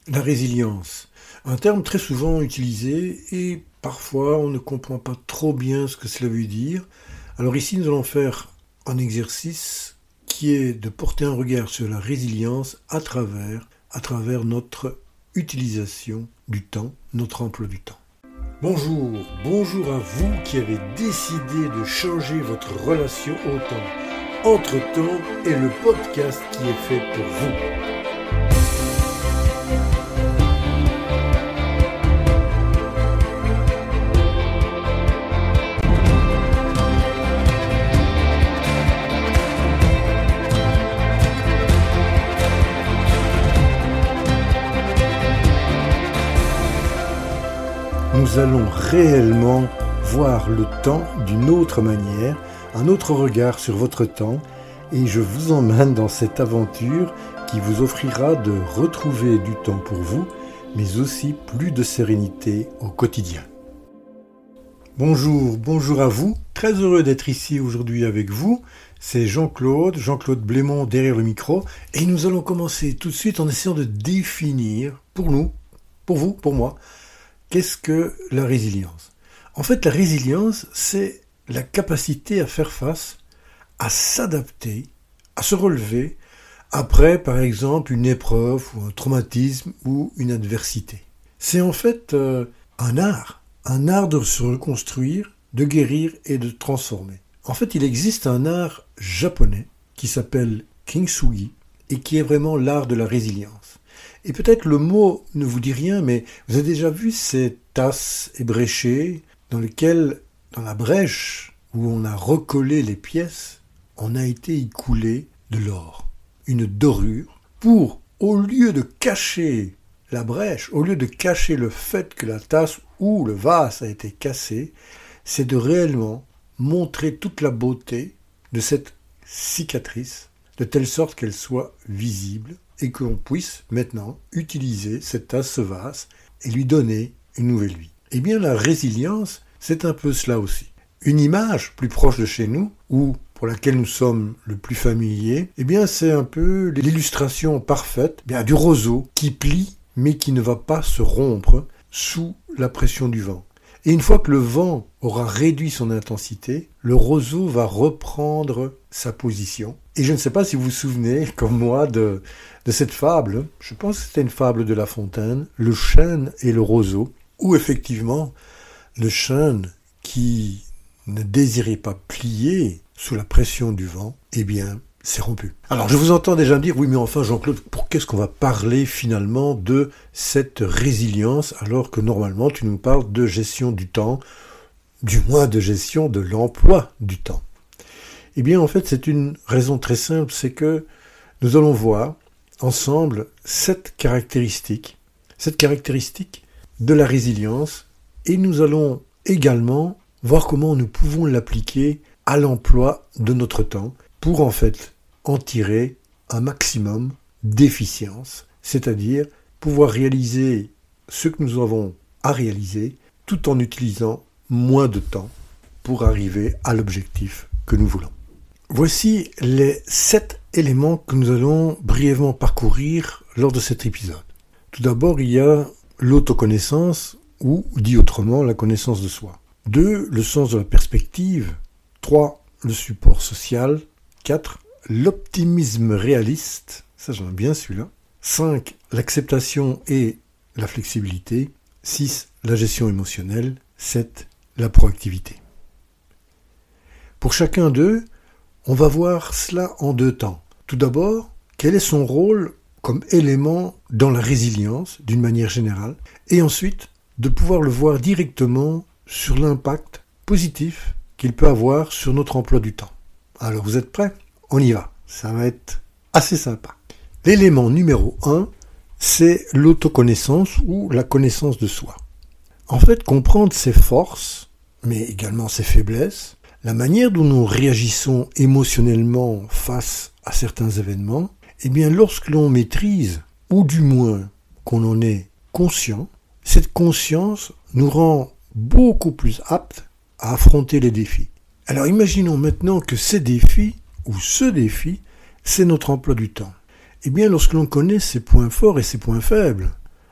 La résilience, un terme très souvent utilisé et parfois on ne comprend pas trop bien ce que cela veut dire. Alors ici nous allons faire un exercice qui est de porter un regard sur la résilience à travers notre utilisation du temps, notre emploi du temps. Bonjour à vous qui avez décidé de changer votre relation au temps. Entre-temps est le podcast qui est fait pour vous. Nous allons réellement voir le temps d'une autre manière, un autre regard sur votre temps, et je vous emmène dans cette aventure qui vous offrira de retrouver du temps pour vous, mais aussi plus de sérénité au quotidien. Bonjour à vous, très heureux d'être ici aujourd'hui avec vous. C'est Jean-Claude Blémont derrière le micro, et nous allons commencer tout de suite en essayant de définir pour nous, pour vous, pour moi, qu'est-ce que la résilience ? En fait, la résilience, c'est la capacité à faire face, à s'adapter, à se relever après, par exemple, une épreuve ou un traumatisme ou une adversité. C'est en fait un art de se reconstruire, de guérir et de transformer. En fait, il existe un art japonais qui s'appelle Kintsugi et qui est vraiment l'art de la résilience. Et peut-être le mot ne vous dit rien, mais vous avez déjà vu ces tasses ébréchées dans lesquelles, dans la brèche où on a recollé les pièces, on a été écoulé de l'or, une dorure, pour, au lieu de cacher la brèche, au lieu de cacher le fait que la tasse ou le vase a été cassé, c'est de réellement montrer toute la beauté de cette cicatrice, de telle sorte qu'elle soit visible, et que l'on puisse maintenant utiliser cette tasse, ce vase, et lui donner une nouvelle vie. Eh bien, la résilience, c'est un peu cela aussi. Une image plus proche de chez nous, ou pour laquelle nous sommes le plus familiers, eh bien, c'est un peu l'illustration parfaite du roseau qui plie, mais qui ne va pas se rompre sous la pression du vent. Et une fois que le vent aura réduit son intensité, le roseau va reprendre sa position. Et je ne sais pas si vous vous souvenez, comme moi, de cette fable, je pense que c'était une fable de La Fontaine, le chêne et le roseau, où effectivement, le chêne qui ne désirait pas plier sous la pression du vent, eh bien, s'est rompu. Alors, je vous entends déjà me dire, oui, mais enfin, Jean-Claude, pour qu'est-ce qu'on va parler finalement de cette résilience, alors que normalement, tu nous parles de gestion du temps, du moins de gestion de l'emploi du temps. Eh bien, en fait, c'est une raison très simple, c'est que nous allons voir ensemble cette caractéristique de la résilience, et nous allons également voir comment nous pouvons l'appliquer à l'emploi de notre temps pour en fait en tirer un maximum d'efficience, c'est-à-dire pouvoir réaliser ce que nous avons à réaliser tout en utilisant moins de temps pour arriver à l'objectif que nous voulons. Voici les 7 éléments que nous allons brièvement parcourir lors de cet épisode. Tout d'abord, il y a l'autoconnaissance, ou dit autrement, la connaissance de soi. 2, le sens de la perspective. 3, le support social. 4, l'optimisme réaliste. Ça, j'en ai bien celui-là. 5, l'acceptation et la flexibilité. 6, la gestion émotionnelle. 7, la proactivité. Pour chacun d'eux, on va voir cela en 2 temps. Tout d'abord, quel est son rôle comme élément dans la résilience, d'une manière générale, et ensuite, de pouvoir le voir directement sur l'impact positif qu'il peut avoir sur notre emploi du temps. Alors, vous êtes prêts ? On y va. Ça va être assez sympa. L'élément numéro 1, c'est l'autoconnaissance ou la connaissance de soi. En fait, comprendre ses forces, mais également ses faiblesses, la manière dont nous réagissons émotionnellement face à certains événements, eh bien, lorsque l'on maîtrise, ou du moins qu'on en est conscient, cette conscience nous rend beaucoup plus aptes à affronter les défis. Alors imaginons maintenant que ces défis, ou ce défi, c'est notre emploi du temps. Eh bien, lorsque l'on connaît ses points forts et ses points faibles,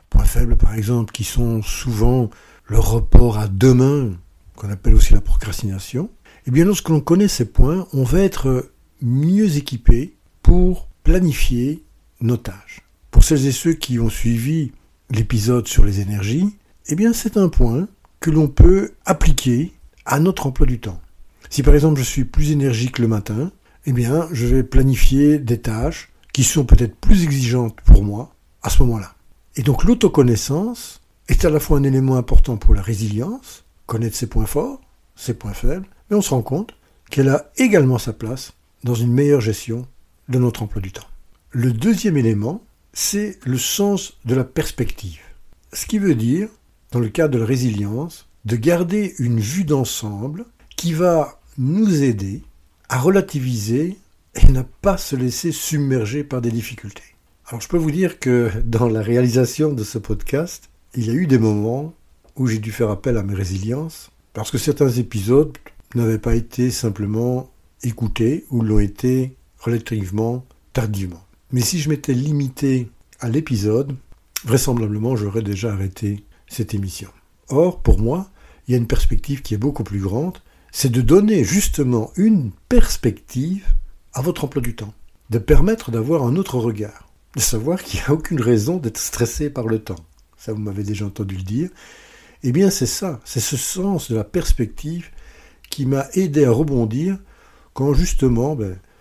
Points faibles, par exemple, qui sont souvent le report à demain, qu'on appelle aussi la procrastination. Eh bien, lorsque l'on connaît ces points, on va être mieux équipé pour planifier nos tâches. Pour celles et ceux qui ont suivi l'épisode sur les énergies, eh bien, c'est un point que l'on peut appliquer à notre emploi du temps. Si par exemple je suis plus énergique le matin, eh bien, je vais planifier des tâches qui sont peut-être plus exigeantes pour moi à ce moment-là. Et donc l'autoconnaissance est à la fois un élément important pour la résilience, connaître ses points forts, ses points faibles, mais on se rend compte qu'elle a également sa place dans une meilleure gestion de notre emploi du temps. Le deuxième élément, c'est le sens de la perspective. Ce qui veut dire, dans le cadre de la résilience, de garder une vue d'ensemble qui va nous aider à relativiser et ne pas se laisser submerger par des difficultés. Alors je peux vous dire que dans la réalisation de ce podcast, il y a eu des moments où j'ai dû faire appel à mes résiliences parce que certains épisodes n'avaient pas été simplement écoutés ou l'ont été relativement tardivement. Mais si je m'étais limité à l'épisode, vraisemblablement j'aurais déjà arrêté cette émission. Or, pour moi, il y a une perspective qui est beaucoup plus grande, c'est de donner justement une perspective à votre emploi du temps, de permettre d'avoir un autre regard, de savoir qu'il n'y a aucune raison d'être stressé par le temps. Ça, vous m'avez déjà entendu le dire. Eh bien, c'est ça, c'est ce sens de la perspective qui m'a aidé à rebondir quand justement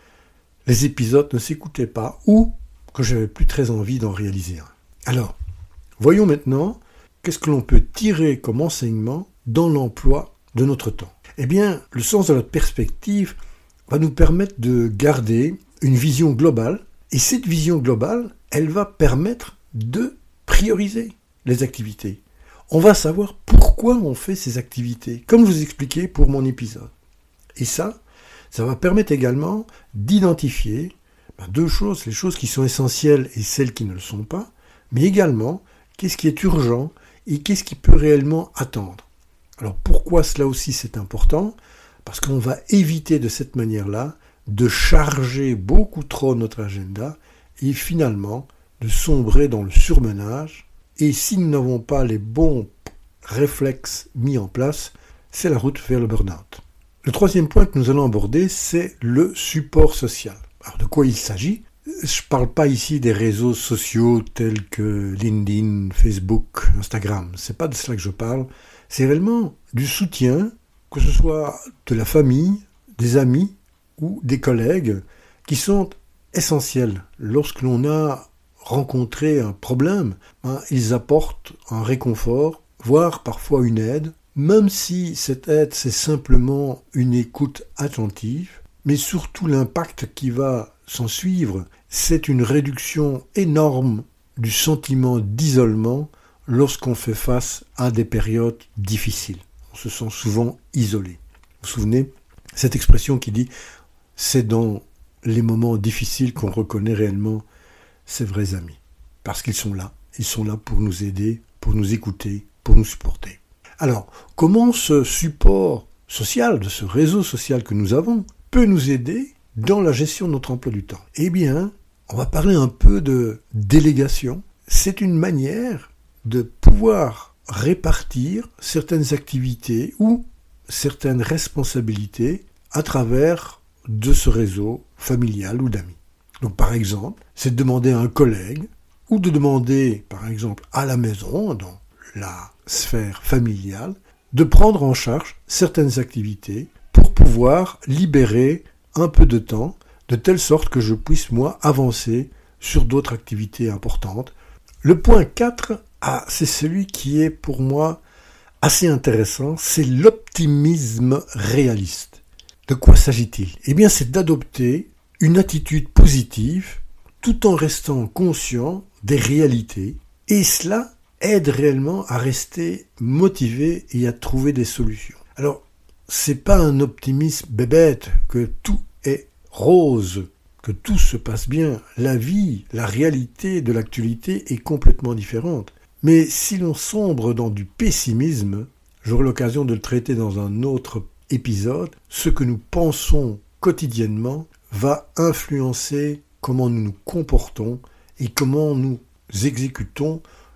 les épisodes ne s'écoutaient pas ou que j'avais plus très envie d'en réaliser un. Alors, voyons maintenant qu'est-ce que l'on peut tirer comme enseignement dans l'emploi de notre temps. Eh bien, le sens de la perspective va nous permettre de garder une vision globale, et cette vision globale, elle va permettre de prioriser les activités. On va savoir pourquoi on fait ces activités, comme je vous expliquais pour mon épisode. Et ça va permettre également d'identifier deux choses, les choses qui sont essentielles et celles qui ne le sont pas, mais également qu'est-ce qui est urgent et qu'est-ce qui peut réellement attendre. Alors pourquoi cela aussi c'est important ? Parce qu'on va éviter de cette manière-là de charger beaucoup trop notre agenda et finalement de sombrer dans le surmenage. Et si nous n'avons pas les bons réflexes mis en place, c'est la route vers le burn-out. Le troisième point que nous allons aborder, c'est le support social. Alors de quoi il s'agit ? Je ne parle pas ici des réseaux sociaux tels que LinkedIn, Facebook, Instagram. C'est pas de cela que je parle. C'est réellement du soutien, que ce soit de la famille, des amis ou des collègues, qui sont essentiels. Lorsque l'on a rencontré un problème, ils apportent un réconfort, voire parfois une aide, même si cette aide c'est simplement une écoute attentive, mais surtout l'impact qui va s'en suivre, c'est une réduction énorme du sentiment d'isolement lorsqu'on fait face à des périodes difficiles. On se sent souvent isolé. Vous vous souvenez, cette expression qui dit « c'est dans les moments difficiles qu'on reconnaît réellement ses vrais amis ». Parce qu'ils sont là pour nous aider, pour nous écouter, pour nous supporter. Alors, comment ce support social, de ce réseau social que nous avons, peut nous aider dans la gestion de notre emploi du temps ? Eh bien, on va parler un peu de délégation. C'est une manière de pouvoir répartir certaines activités ou certaines responsabilités à travers de ce réseau familial ou d'amis. Donc par exemple, c'est de demander à un collègue ou de demander par exemple à la maison, dans la sphère familiale, de prendre en charge certaines activités pour pouvoir libérer un peu de temps de telle sorte que je puisse moi avancer sur d'autres activités importantes. Le point 4, c'est celui qui est pour moi assez intéressant, c'est l'optimisme réaliste. De quoi s'agit-il ? Eh bien, c'est d'adopter une attitude positive tout en restant conscient des réalités, et cela aide réellement à rester motivé et à trouver des solutions. Alors, c'est pas un optimisme bébête que tout est rose, que tout se passe bien. La vie, la réalité de l'actualité est complètement différente. Mais si l'on sombre dans du pessimisme, j'aurai l'occasion de le traiter dans un autre épisode, ce que nous pensons quotidiennement va influencer comment nous nous comportons et comment nous exécutons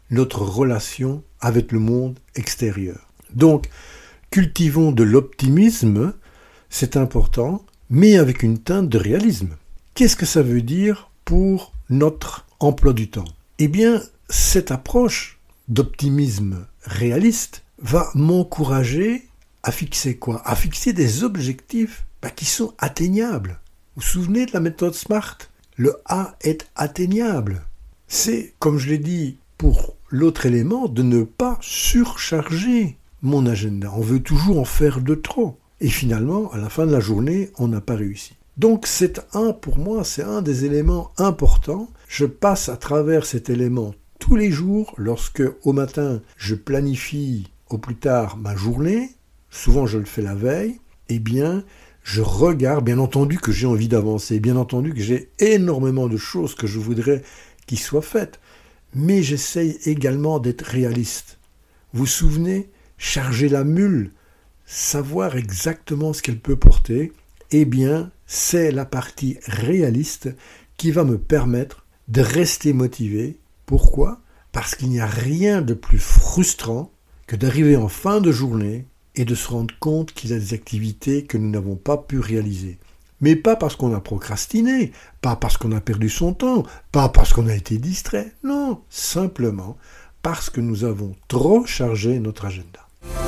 notre relation avec le monde extérieur. Donc, cultivons de l'optimisme, c'est important, mais avec une teinte de réalisme. Qu'est-ce que ça veut dire pour notre emploi du temps ? Eh bien, cette approche d'optimisme réaliste va m'encourager à fixer quoi ? À fixer des objectifs qui sont atteignables. Vous vous souvenez de la méthode SMART ? Le A est atteignable. C'est, comme je l'ai dit pour l'autre élément, de ne pas surcharger mon agenda. On veut toujours en faire de trop. Et finalement, à la fin de la journée, on n'a pas réussi. Donc pour moi, c'est un des éléments importants. Je passe à travers cet élément tous les jours lorsque, au matin, je planifie au plus tard ma journée. Souvent, je le fais la veille. Eh bien, je regarde, bien entendu que j'ai envie d'avancer, bien entendu que j'ai énormément de choses que je voudrais qui soient faites. Mais j'essaye également d'être réaliste. Vous vous souvenez, charger la mule, savoir exactement ce qu'elle peut porter, eh bien, c'est la partie réaliste qui va me permettre de rester motivé. Pourquoi ? Parce qu'il n'y a rien de plus frustrant que d'arriver en fin de journée et de se rendre compte qu'il y a des activités que nous n'avons pas pu réaliser. Mais pas parce qu'on a procrastiné, pas parce qu'on a perdu son temps, pas parce qu'on a été distrait, non, simplement parce que nous avons trop chargé notre agenda.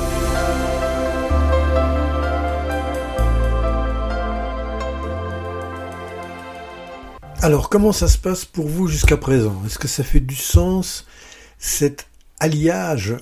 Alors, comment ça se passe pour vous jusqu'à présent ? Est-ce que ça fait du sens, cet alliage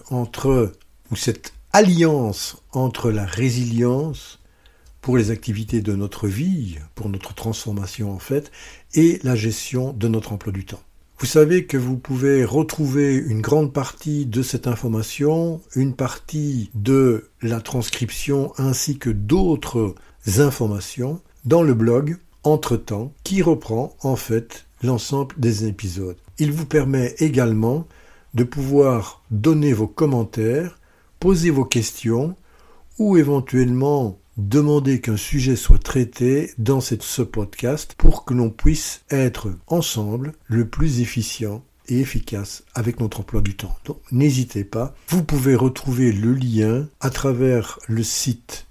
cette alliance entre la résilience pour les activités de notre vie, pour notre transformation en fait, et la gestion de notre emploi du temps. Vous savez que vous pouvez retrouver une grande partie de cette information, une partie de la transcription ainsi que d'autres informations dans le blog Entre-temps qui reprend en fait l'ensemble des épisodes. Il vous permet également de pouvoir donner vos commentaires, poser vos questions ou éventuellement demander qu'un sujet soit traité dans ce podcast pour que l'on puisse être ensemble le plus efficient et efficace avec notre emploi du temps. Donc n'hésitez pas, vous pouvez retrouver le lien à travers le site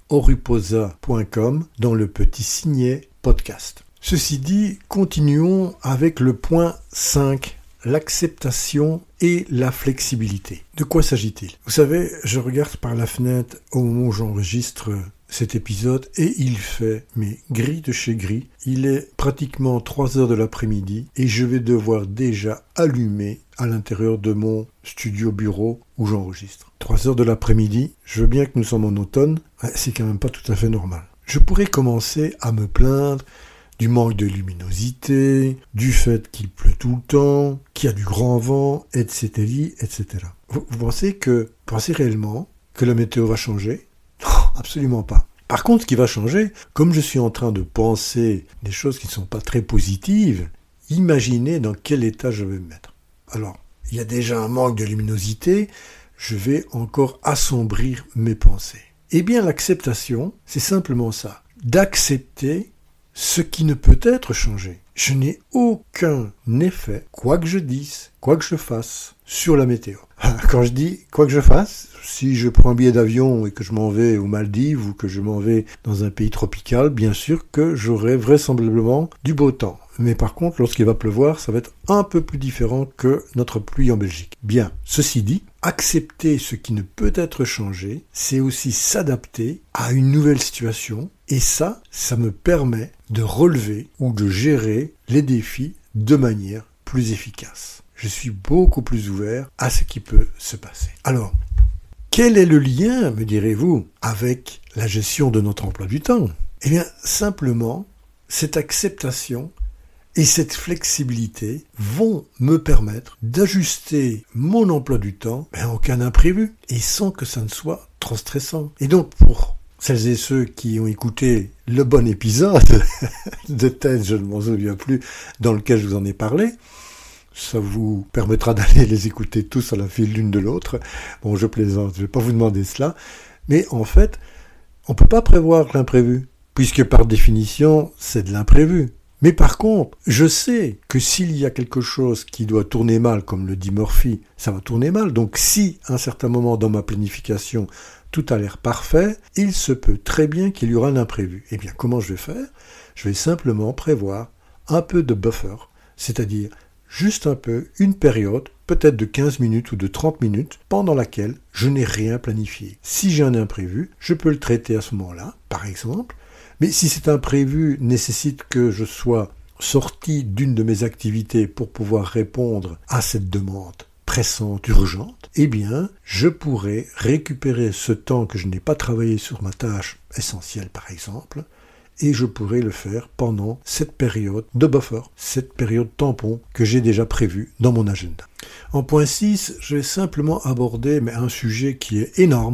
oruposa.com dans le petit signet podcast. Ceci dit, continuons avec le point 5. L'acceptation et la flexibilité. De quoi s'agit-il ? Vous savez, je regarde par la fenêtre au moment où j'enregistre cet épisode et il fait, gris de chez gris. Il est pratiquement 3 heures de l'après-midi et je vais devoir déjà allumer à l'intérieur de mon studio bureau où j'enregistre. 3 heures de l'après-midi, je veux bien que nous sommes en automne, c'est quand même pas tout à fait normal. Je pourrais commencer à me plaindre du manque de luminosité, du fait qu'il pleut tout le temps, qu'il y a du grand vent, etc. etc. Vous pensez réellement que la météo va changer ? Non, absolument pas. Par contre, ce qui va changer, comme je suis en train de penser des choses qui ne sont pas très positives, imaginez dans quel état je vais me mettre. Alors, il y a déjà un manque de luminosité, je vais encore assombrir mes pensées. Eh bien, l'acceptation, c'est simplement ça. D'accepter ce qui ne peut être changé. Je n'ai aucun effet, quoi que je dise, quoi que je fasse, sur la météo. Quand je dis quoi que je fasse, si je prends un billet d'avion et que je m'en vais aux Maldives ou que je m'en vais dans un pays tropical, bien sûr que j'aurai vraisemblablement du beau temps. Mais par contre, lorsqu'il va pleuvoir, ça va être un peu plus différent que notre pluie en Belgique. Bien, ceci dit, accepter ce qui ne peut être changé, c'est aussi s'adapter à une nouvelle situation. Et ça me permet de relever ou de gérer les défis de manière plus efficace. Je suis beaucoup plus ouvert à ce qui peut se passer. Alors, quel est le lien, me direz-vous, avec la gestion de notre emploi du temps ? Eh bien, simplement, cette acceptation et cette flexibilité vont me permettre d'ajuster mon emploi du temps en cas d'imprévu et sans que ça ne soit trop stressant. Et donc, pour celles et ceux qui ont écouté le bon épisode de tête, je ne m'en souviens plus, dans lequel je vous en ai parlé, ça vous permettra d'aller les écouter tous à la file l'une de l'autre. Bon, je plaisante, je ne vais pas vous demander cela. Mais en fait, on ne peut pas prévoir l'imprévu, puisque par définition, c'est de l'imprévu. Mais par contre, je sais que s'il y a quelque chose qui doit tourner mal, comme le dit Murphy, ça va tourner mal. Donc si, à un certain moment dans ma planification, tout a l'air parfait, il se peut très bien qu'il y aura un imprévu. Eh bien, comment je vais faire ? Je vais simplement prévoir un peu de buffer, c'est-à-dire juste un peu, une période, peut-être de 15 minutes ou de 30 minutes, pendant laquelle je n'ai rien planifié. Si j'ai un imprévu, je peux le traiter à ce moment-là, par exemple. Mais si cet imprévu nécessite que je sois sorti d'une de mes activités pour pouvoir répondre à cette demande pressante, urgente, eh bien, je pourrais récupérer ce temps que je n'ai pas travaillé sur ma tâche essentielle, par exemple, et je pourrais le faire pendant cette période de buffer, cette période tampon que j'ai déjà prévue dans mon agenda. En point 6, je vais simplement aborder un sujet qui est énorme,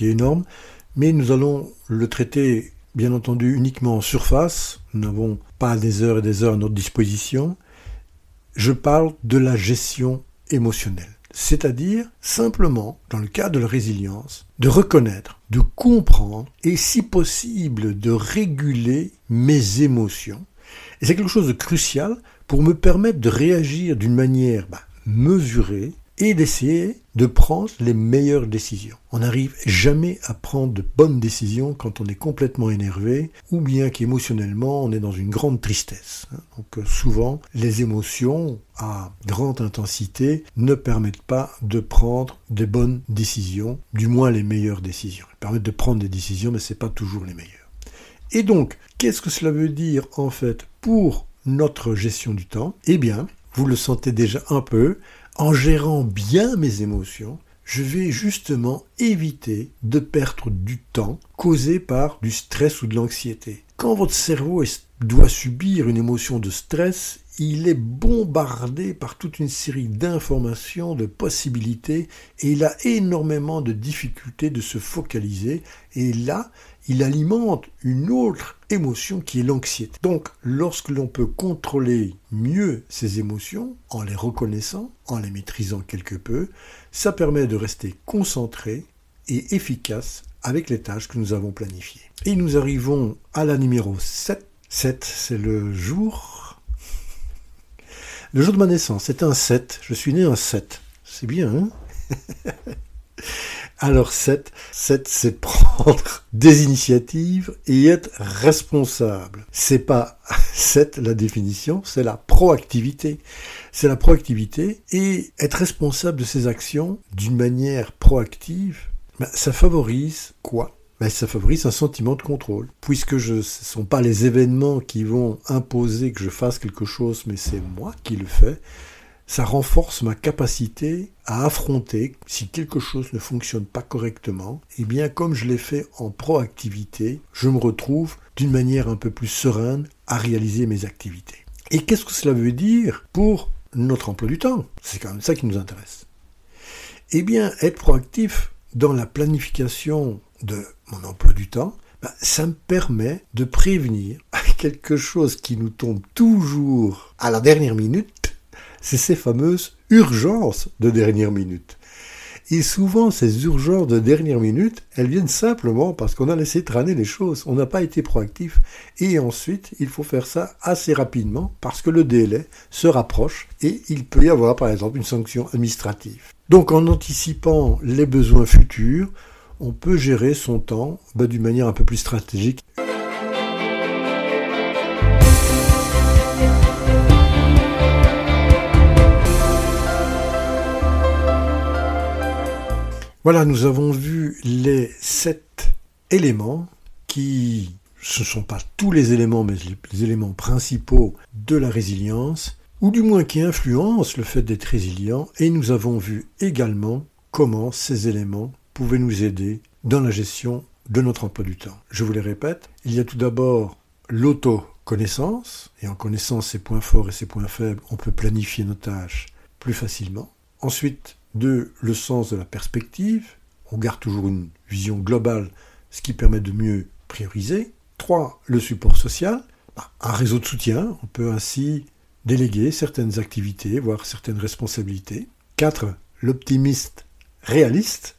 mais nous allons le traiter bien entendu uniquement en surface, nous n'avons pas des heures et des heures à notre disposition. Je parle de la gestion émotionnelle, c'est-à-dire simplement, dans le cas de la résilience, de reconnaître, de comprendre et si possible de réguler mes émotions. Et c'est quelque chose de crucial pour me permettre de réagir d'une manière mesurée et d'essayer de prendre les meilleures décisions. On n'arrive jamais à prendre de bonnes décisions quand on est complètement énervé ou bien qu'émotionnellement on est dans une grande tristesse. Donc souvent, les émotions à grande intensité ne permettent pas de prendre des bonnes décisions, du moins les meilleures décisions. Elles permettent de prendre des décisions, mais ce n'est pas toujours les meilleures. Et donc, qu'est-ce que cela veut dire en fait pour notre gestion du temps ? Eh bien, vous le sentez déjà un peu, en gérant bien mes émotions, je vais justement éviter de perdre du temps causé par du stress ou de l'anxiété. Quand votre cerveau doit subir une émotion de stress, il est bombardé par toute une série d'informations, de possibilités, et il a énormément de difficultés de se focaliser, et là, il alimente une autre émotion qui est l'anxiété. Donc, lorsque l'on peut contrôler mieux ces émotions, en les reconnaissant, en les maîtrisant quelque peu, ça permet de rester concentré et efficace avec les tâches que nous avons planifiées. Et nous arrivons à la numéro 7. 7, c'est le jour de ma naissance. C'est un 7. Je suis né un 7. C'est bien, hein ? Alors 7, c'est prendre des initiatives et être responsable. C'est pas 7 la définition, c'est la proactivité. C'est la proactivité et être responsable de ses actions d'une manière proactive, ça favorise quoi ? Ça favorise un sentiment de contrôle. Puisque ce ne sont pas les événements qui vont imposer que je fasse quelque chose, mais c'est moi qui le fais. Ça renforce ma capacité à affronter si quelque chose ne fonctionne pas correctement. Et bien, comme je l'ai fait en proactivité, je me retrouve d'une manière un peu plus sereine à réaliser mes activités. Et qu'est-ce que cela veut dire pour notre emploi du temps ? C'est quand même ça qui nous intéresse. Eh bien, être proactif dans la planification de mon emploi du temps, ça me permet de prévenir quelque chose qui nous tombe toujours à la dernière minute. C'est ces fameuses urgences de dernière minute. Et souvent, ces urgences de dernière minute, elles viennent simplement parce qu'on a laissé traîner les choses. On n'a pas été proactif. Et ensuite, il faut faire ça assez rapidement parce que le délai se rapproche et il peut y avoir, par exemple, une sanction administrative. Donc, en anticipant les besoins futurs, on peut gérer son temps d'une manière un peu plus stratégique. Voilà, nous avons vu les 7 éléments qui, ce ne sont pas tous les éléments, mais les éléments principaux de la résilience, ou du moins qui influencent le fait d'être résilient, et nous avons vu également comment ces éléments pouvaient nous aider dans la gestion de notre emploi du temps. Je vous les répète, il y a tout d'abord l'auto-connaissance, et en connaissant ses points forts et ses points faibles, on peut planifier nos tâches plus facilement. Ensuite, 2, le sens de la perspective. On garde toujours une vision globale, ce qui permet de mieux prioriser. 3, le support social. Un réseau de soutien. On peut ainsi déléguer certaines activités, voire certaines responsabilités. 4, l'optimisme réaliste.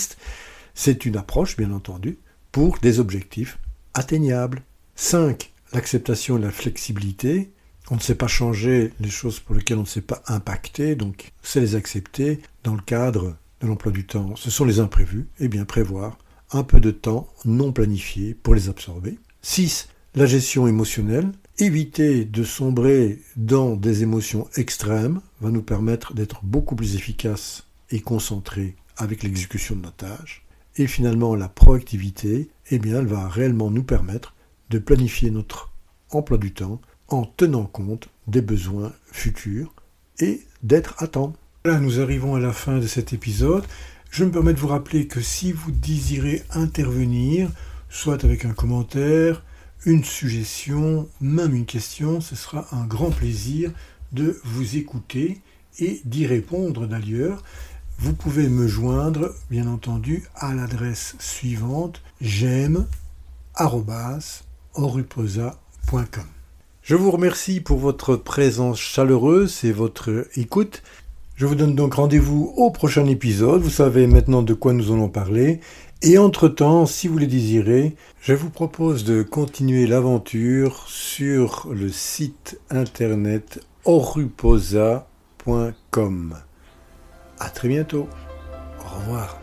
C'est une approche, bien entendu, pour des objectifs atteignables. 5, l'acceptation et la flexibilité. On ne sait pas changer les choses pour lesquelles on ne sait pas impacter, donc c'est les accepter dans le cadre de l'emploi du temps. Ce sont les imprévus, et bien prévoir un peu de temps non planifié pour les absorber. 6. La gestion émotionnelle. Éviter de sombrer dans des émotions extrêmes va nous permettre d'être beaucoup plus efficaces et concentrés avec l'exécution de nos tâches. Et finalement, la proactivité, eh bien, elle va réellement nous permettre de planifier notre emploi du temps en tenant compte des besoins futurs et d'être à temps. Là, nous arrivons à la fin de cet épisode. Je me permets de vous rappeler que si vous désirez intervenir, soit avec un commentaire, une suggestion, même une question, ce sera un grand plaisir de vous écouter et d'y répondre d'ailleurs. Vous pouvez me joindre, bien entendu, à l'adresse suivante, gem@oruposa.com. Je vous remercie pour votre présence chaleureuse et votre écoute. Je vous donne donc rendez-vous au prochain épisode. Vous savez maintenant de quoi nous allons parler. Et entre-temps, si vous le désirez, je vous propose de continuer l'aventure sur le site internet oruposa.com. À très bientôt. Au revoir.